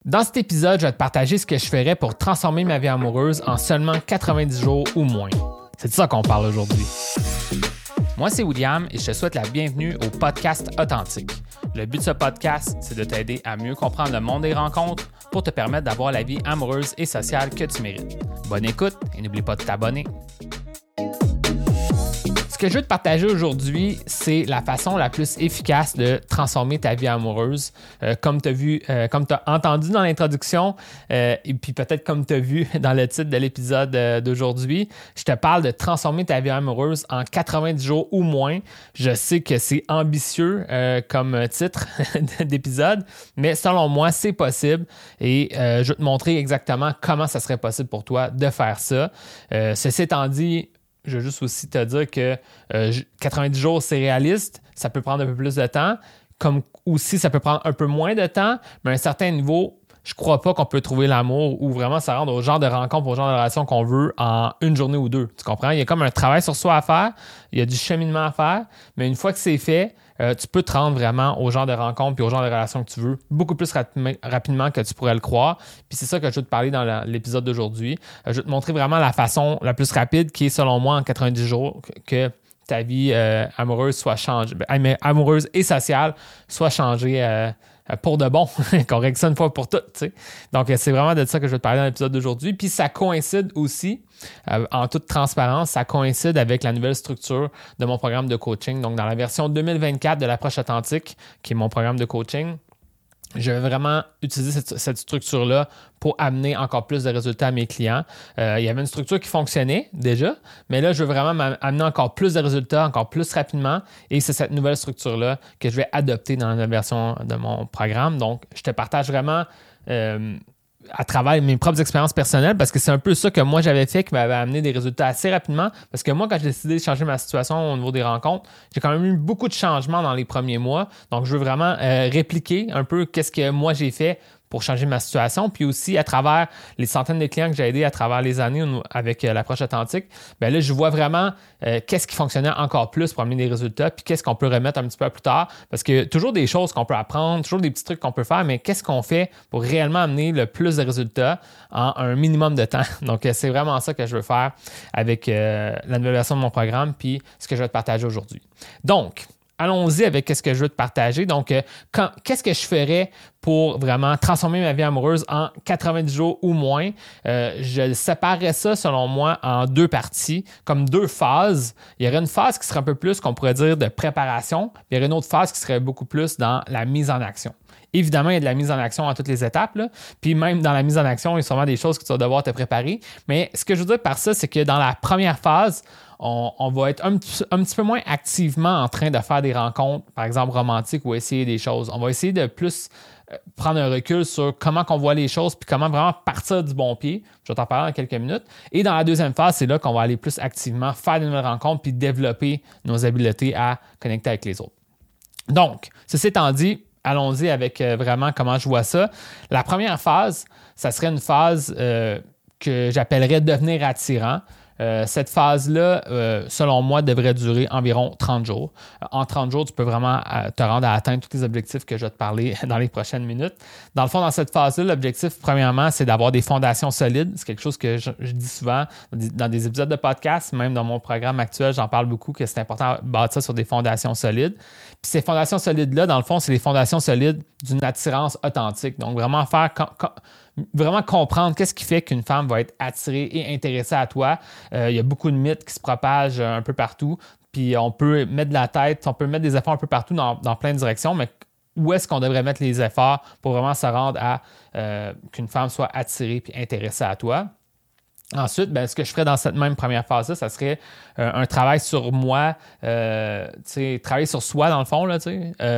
Dans cet épisode, je vais te partager ce que je ferais pour transformer ma vie amoureuse en seulement 90 jours ou moins. C'est de ça qu'on parle aujourd'hui. Moi, c'est William et je te souhaite la bienvenue au podcast Authentique. Le but de ce podcast, c'est de t'aider à mieux comprendre le monde des rencontres pour te permettre d'avoir la vie amoureuse et sociale que tu mérites. Bonne écoute et n'oublie pas de t'abonner. Ce que je veux te partager aujourd'hui, c'est la façon la plus efficace de transformer ta vie amoureuse. Comme tu as entendu dans l'introduction, et puis peut-être comme tu as vu dans le titre de l'épisode d'aujourd'hui, je te parle de transformer ta vie amoureuse en 90 jours ou moins. Je sais que c'est ambitieux comme titre d'épisode, mais selon moi, c'est possible et je vais te montrer exactement comment ça serait possible pour toi de faire ça. Ceci étant dit, je veux juste aussi te dire que 90 jours, c'est réaliste. Ça peut prendre un peu plus de temps. Comme aussi, ça peut prendre un peu moins de temps. Mais à un certain niveau, je ne crois pas qu'on peut trouver l'amour ou vraiment se rendre au genre de rencontre, au genre de relation qu'on veut en une journée ou deux. Tu comprends? Il y a comme un travail sur soi à faire. Il y a du cheminement à faire. Mais une fois que c'est fait, tu peux te rendre vraiment au genre de rencontre puis au genre de relation que tu veux beaucoup plus rapidement que tu pourrais le croire. Puis c'est ça que je veux te parler dans l'épisode d'aujourd'hui. Je vais te montrer vraiment la façon la plus rapide qui est, selon moi, en 90 jours que ta vie amoureuse soit changée, amoureuse et sociale soit changée pour de bon, qu'on règle ça une fois pour toutes. T'sais. Donc, c'est vraiment de ça que je vais te parler dans l'épisode d'aujourd'hui. Puis ça coïncide aussi, en toute transparence, ça coïncide avec la nouvelle structure de mon programme de coaching. Donc, dans la version 2024 de l'approche authentique, qui est mon programme de coaching, je vais vraiment utiliser cette structure-là pour amener encore plus de résultats à mes clients. Il y avait une structure qui fonctionnait déjà, mais là, je veux vraiment amener encore plus de résultats, encore plus rapidement. Et c'est cette nouvelle structure-là que je vais adopter dans la nouvelle version de mon programme. Donc, je te partage vraiment à travers mes propres expériences personnelles, parce que c'est un peu ça que moi j'avais fait qui m'avait amené des résultats assez rapidement, parce que moi, quand j'ai décidé de changer ma situation au niveau des rencontres, j'ai quand même eu beaucoup de changements dans les premiers mois, donc je veux vraiment répliquer un peu qu'est-ce que moi j'ai fait pour changer ma situation, puis aussi à travers les centaines de clients que j'ai aidés à travers les années avec l'approche authentique, bien là, je vois vraiment qu'est-ce qui fonctionnait encore plus pour amener des résultats, puis qu'est-ce qu'on peut remettre un petit peu plus tard, parce que toujours des choses qu'on peut apprendre, toujours des petits trucs qu'on peut faire, mais qu'est-ce qu'on fait pour réellement amener le plus de résultats en un minimum de temps. Donc, c'est vraiment ça que je veux faire avec la nouvelle version de mon programme, puis ce que je vais te partager aujourd'hui. Donc, allons-y avec ce que je veux te partager. Donc, qu'est-ce que je ferais pour vraiment transformer ma vie amoureuse en 90 jours ou moins? Je séparerais ça, selon moi, en deux parties, comme deux phases. Il y aurait une phase qui serait un peu plus, qu'on pourrait dire, de préparation. Il y aurait une autre phase qui serait beaucoup plus dans la mise en action. Évidemment, il y a de la mise en action à toutes les étapes. Là. Puis même dans la mise en action, il y a sûrement des choses que tu vas devoir te préparer. Mais ce que je veux dire par ça, c'est que dans la première phase, on va être un petit peu moins activement en train de faire des rencontres, par exemple romantiques, ou essayer des choses. On va essayer de plus prendre un recul sur comment on voit les choses puis comment vraiment partir du bon pied. Je vais t'en parler dans quelques minutes. Et dans la deuxième phase, c'est là qu'on va aller plus activement faire de nouvelles rencontres puis développer nos habiletés à connecter avec les autres. Donc, ceci étant dit, allons-y avec vraiment comment je vois ça. La première phase, ça serait une phase que j'appellerais devenir attirant. Cette phase-là, selon moi, devrait durer environ 30 jours. En 30 jours, tu peux vraiment te rendre à atteindre tous les objectifs que je vais te parler dans les prochaines minutes. Dans le fond, dans cette phase-là, l'objectif, premièrement, c'est d'avoir des fondations solides. C'est quelque chose que je dis souvent dans des épisodes de podcast, même dans mon programme actuel, j'en parle beaucoup, que c'est important de bâtir sur des fondations solides. Puis ces fondations solides-là, dans le fond, c'est les fondations solides d'une attirance authentique. Donc, vraiment vraiment comprendre qu'est-ce qui fait qu'une femme va être attirée et intéressée à toi. Il y a beaucoup de mythes qui se propagent un peu partout. Puis on peut mettre de la tête, on peut mettre des efforts un peu partout dans plein de directions, mais où est-ce qu'on devrait mettre les efforts pour vraiment se rendre à qu'une femme soit attirée et intéressée à toi? Ensuite, ce que je ferais dans cette même première phase-là, ça serait un travail sur moi, travailler sur soi dans le fond, là,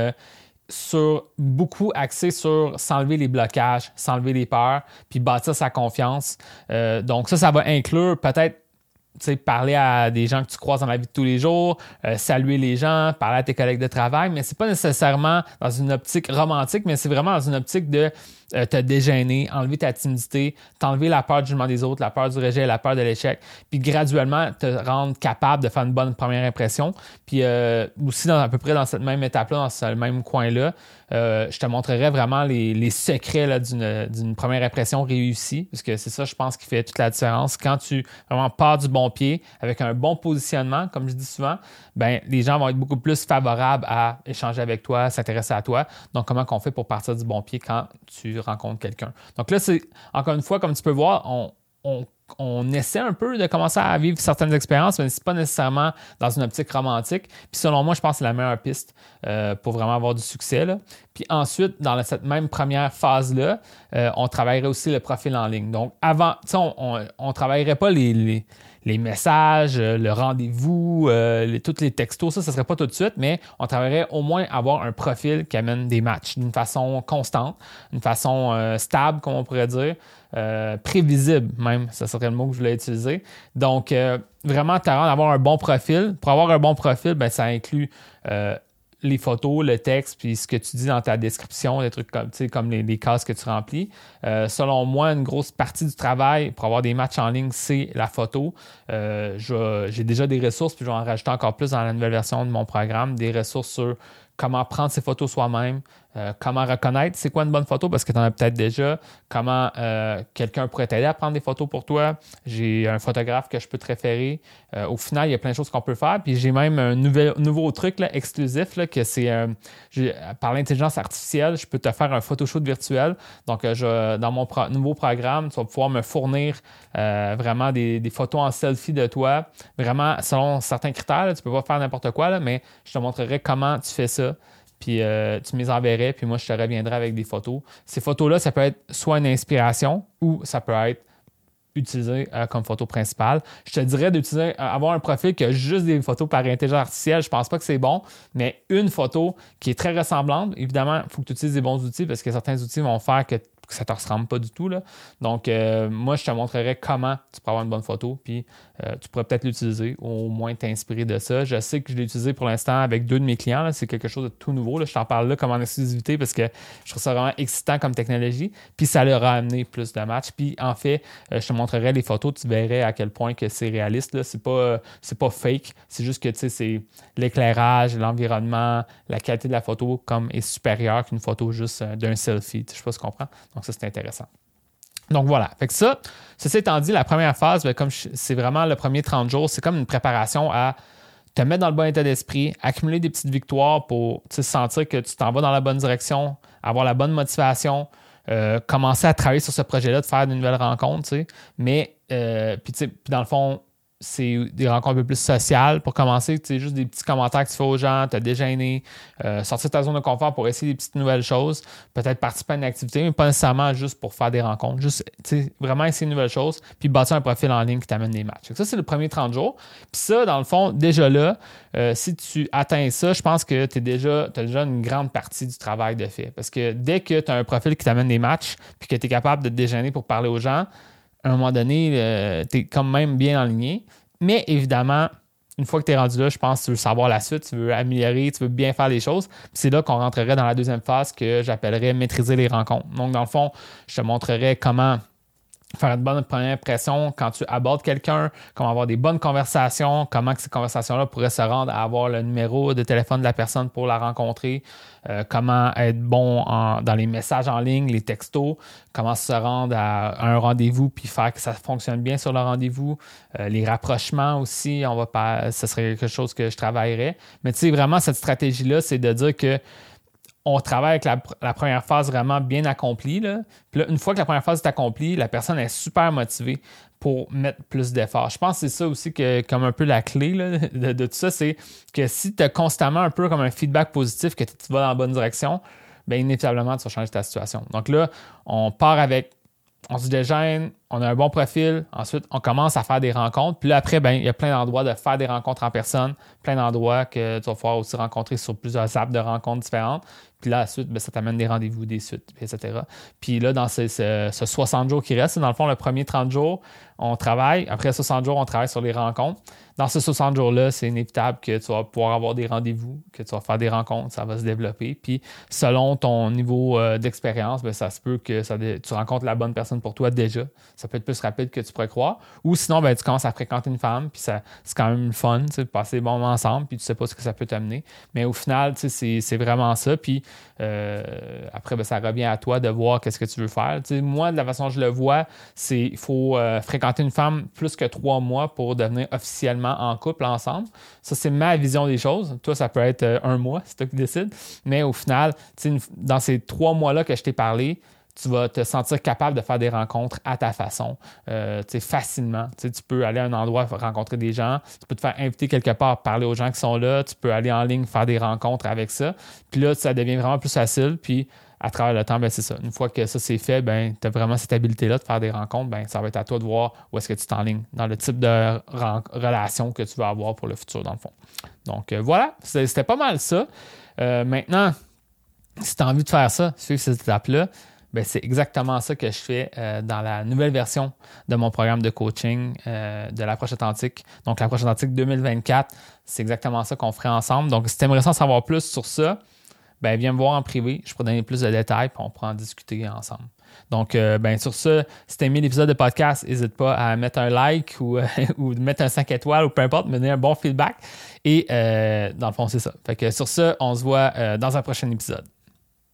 beaucoup axé sur s'enlever les blocages, s'enlever les peurs, puis bâtir sa confiance. Donc ça va inclure peut-être parler à des gens que tu croises dans la vie de tous les jours, saluer les gens, parler à tes collègues de travail, mais c'est pas nécessairement dans une optique romantique, mais c'est vraiment dans une optique de te dégêner, enlever ta timidité, t'enlever la peur du jugement des autres, la peur du rejet, la peur de l'échec, puis graduellement te rendre capable de faire une bonne première impression. Puis aussi, à peu près dans cette même étape-là, dans ce même coin-là, je te montrerai vraiment les secrets là, d'une première impression réussie, parce que c'est ça, je pense, qui fait toute la différence. Quand tu vraiment pars du bon pied, avec un bon positionnement, comme je dis souvent, ben les gens vont être beaucoup plus favorables à échanger avec toi, s'intéresser à toi. Donc, comment on fait pour partir du bon pied quand tu rencontres quelqu'un? Donc là, c'est encore une fois, comme tu peux voir, on essaie un peu de commencer à vivre certaines expériences, mais ce n'est pas nécessairement dans une optique romantique. Puis selon moi, je pense que c'est la meilleure piste pour vraiment avoir du succès, là. Puis ensuite, dans cette même première phase-là, on travaillerait aussi le profil en ligne. Donc avant, on ne travaillerait pas les messages, le rendez-vous, tous les textos, ça ne serait pas tout de suite, mais on travaillerait au moins à avoir un profil qui amène des matchs d'une façon constante, d'une façon stable, comme on pourrait dire, prévisible même, ça serait le mot que je voulais utiliser. Donc, vraiment, tu as d'avoir un bon profil. Pour avoir un bon profil, ben, ça inclut les photos, le texte, puis ce que tu dis dans ta description, des trucs comme les cases que tu remplis. Selon moi, une grosse partie du travail pour avoir des matchs en ligne, c'est la photo. J'ai déjà des ressources, puis je vais en rajouter encore plus dans la nouvelle version de mon programme, des ressources sur comment prendre ses photos soi-même, comment reconnaître c'est quoi une bonne photo parce que tu en as peut-être déjà, comment quelqu'un pourrait t'aider à prendre des photos pour toi. J'ai un photographe que je peux te référer. Au final, il y a plein de choses qu'on peut faire. Puis j'ai même un nouveau truc là, exclusif là, que c'est par l'intelligence artificielle, je peux te faire un photoshoot virtuel. Donc, dans mon nouveau programme, tu vas pouvoir me fournir vraiment des photos en selfie de toi, vraiment selon certains critères. Là, tu peux pas faire n'importe quoi, là, mais je te montrerai comment tu fais ça. Puis tu me les enverrais, puis moi, je te reviendrai avec des photos. Ces photos-là, ça peut être soit une inspiration ou ça peut être utilisé comme photo principale. Je te dirais d'utiliser, avoir un profil qui a juste des photos par intelligence artificielle. Je pense pas que c'est bon, mais une photo qui est très ressemblante. Évidemment, il faut que tu utilises des bons outils parce que certains outils vont faire que ça ne te ressemble pas du tout, là. Donc, moi, je te montrerai comment tu peux avoir une bonne photo, puis tu pourrais peut-être l'utiliser, ou au moins t'inspirer de ça. Je sais que je l'ai utilisé pour l'instant avec 2 de mes clients, là. C'est quelque chose de tout nouveau, là. Je t'en parle là comme en exclusivité parce que je trouve ça vraiment excitant comme technologie, puis ça leur a amené plus de matchs. Puis, en fait, je te montrerai les photos, tu verrais à quel point que c'est réaliste, là. C'est pas fake, c'est juste que, tu sais, c'est l'éclairage, l'environnement, la qualité de la photo comme est supérieure qu'une photo juste d'un selfie. Je sais pas si tu comprends. Donc, ça, c'est intéressant. Donc, voilà. Fait que ceci étant dit, la première phase, bien, comme c'est vraiment le premier 30 jours, c'est comme une préparation à te mettre dans le bon état d'esprit, accumuler des petites victoires pour sentir que tu t'en vas dans la bonne direction, avoir la bonne motivation, commencer à travailler sur ce projet-là, de faire de nouvelles rencontres, tu sais. Mais, puis dans le fond, c'est des rencontres un peu plus sociales pour commencer. Tu sais, juste des petits commentaires que tu fais aux gens, te dégêner, sortir de ta zone de confort pour essayer des petites nouvelles choses, peut-être participer à une activité, mais pas nécessairement juste pour faire des rencontres. Juste, tu sais, vraiment essayer de nouvelles choses, puis bâtir un profil en ligne qui t'amène des matchs. Donc ça, c'est le premier 30 jours. Puis ça, dans le fond, déjà là, si tu atteins ça, je pense que tu as déjà une grande partie du travail de fait. Parce que dès que tu as un profil qui t'amène des matchs, puis que tu es capable de te dégêner pour parler aux gens, à un moment donné, tu es quand même bien aligné. Mais évidemment, une fois que tu es rendu là, je pense que tu veux savoir la suite, tu veux améliorer, tu veux bien faire les choses. Puis c'est là qu'on rentrerait dans la deuxième phase que j'appellerais maîtriser les rencontres. Donc, dans le fond, je te montrerai comment faire une bonne première impression quand tu abordes quelqu'un, comment avoir des bonnes conversations, comment que ces conversations-là pourraient se rendre à avoir le numéro de téléphone de la personne pour la rencontrer, comment être bon dans les messages en ligne, les textos, comment se rendre à un rendez-vous puis faire que ça fonctionne bien sur le rendez-vous, les rapprochements aussi, ce serait quelque chose que je travaillerais. Mais tu sais, vraiment, cette stratégie-là, c'est de dire que on travaille avec la première phase vraiment bien accomplie, là. Puis là, une fois que la première phase est accomplie, la personne est super motivée pour mettre plus d'efforts. Je pense que c'est ça aussi comme un peu la clé là, de tout ça, c'est que si tu as constamment un peu comme un feedback positif, que tu vas dans la bonne direction, bien inévitablement, tu vas changer ta situation. Donc là, on part avec, on se dégêne, on a un bon profil. Ensuite, on commence à faire des rencontres. Puis là, après, il y a plein d'endroits de faire des rencontres en personne, plein d'endroits que tu vas pouvoir aussi rencontrer sur plusieurs apps de rencontres différentes. Puis là, ensuite, ça t'amène des rendez-vous, des suites, etc. Puis là, dans ce 60 jours qui reste, dans le fond, le premier 30 jours, on travaille. Après 60 jours, on travaille sur les rencontres. Dans ces 60 jours-là, c'est inévitable que tu vas pouvoir avoir des rendez-vous, que tu vas faire des rencontres, ça va se développer. Puis selon ton niveau d'expérience, ça se peut que tu rencontres la bonne personne pour toi déjà. Ça peut être plus rapide que tu pourrais croire. Ou sinon, tu commences à fréquenter une femme, puis c'est quand même fun, de passer des bons moments ensemble, puis tu sais pas ce que ça peut t'amener. Mais au final, c'est vraiment ça. Puis après, ça revient à toi de voir qu'est-ce que tu veux faire. Moi, de la façon dont je le vois, il faut fréquenter une femme plus que 3 mois pour devenir officiellement en couple ensemble. Ça, c'est ma vision des choses. Toi, ça peut être 1 mois, c'est toi qui décides. Mais au final, dans ces 3 mois-là que je t'ai parlé, tu vas te sentir capable de faire des rencontres à ta façon, facilement. Tu peux aller à un endroit rencontrer des gens, tu peux te faire inviter quelque part, parler aux gens qui sont là, tu peux aller en ligne faire des rencontres avec ça. Puis là, ça devient vraiment plus facile. Puis à travers le temps, c'est ça. Une fois que ça c'est fait, tu as vraiment cette habilité-là de faire des rencontres, ça va être à toi de voir où est-ce que tu t'enlignes dans le type de relation que tu veux avoir pour le futur, dans le fond. Donc voilà, c'était pas mal ça. Maintenant, si tu as envie de faire ça, suivre cette étape-là, c'est exactement ça que je fais dans la nouvelle version de mon programme de coaching de l'approche authentique. Donc, l'approche authentique 2024, c'est exactement ça qu'on ferait ensemble. Donc, si tu aimerais en savoir plus sur ça, viens me voir en privé. Je pourrais donner plus de détails puis on pourra en discuter ensemble. Donc, sur ça, si tu as aimé l'épisode de podcast, n'hésite pas à mettre un like ou mettre un 5 étoiles ou peu importe, me donner un bon feedback. Et dans le fond, c'est ça. Fait que sur ça, on se voit dans un prochain épisode.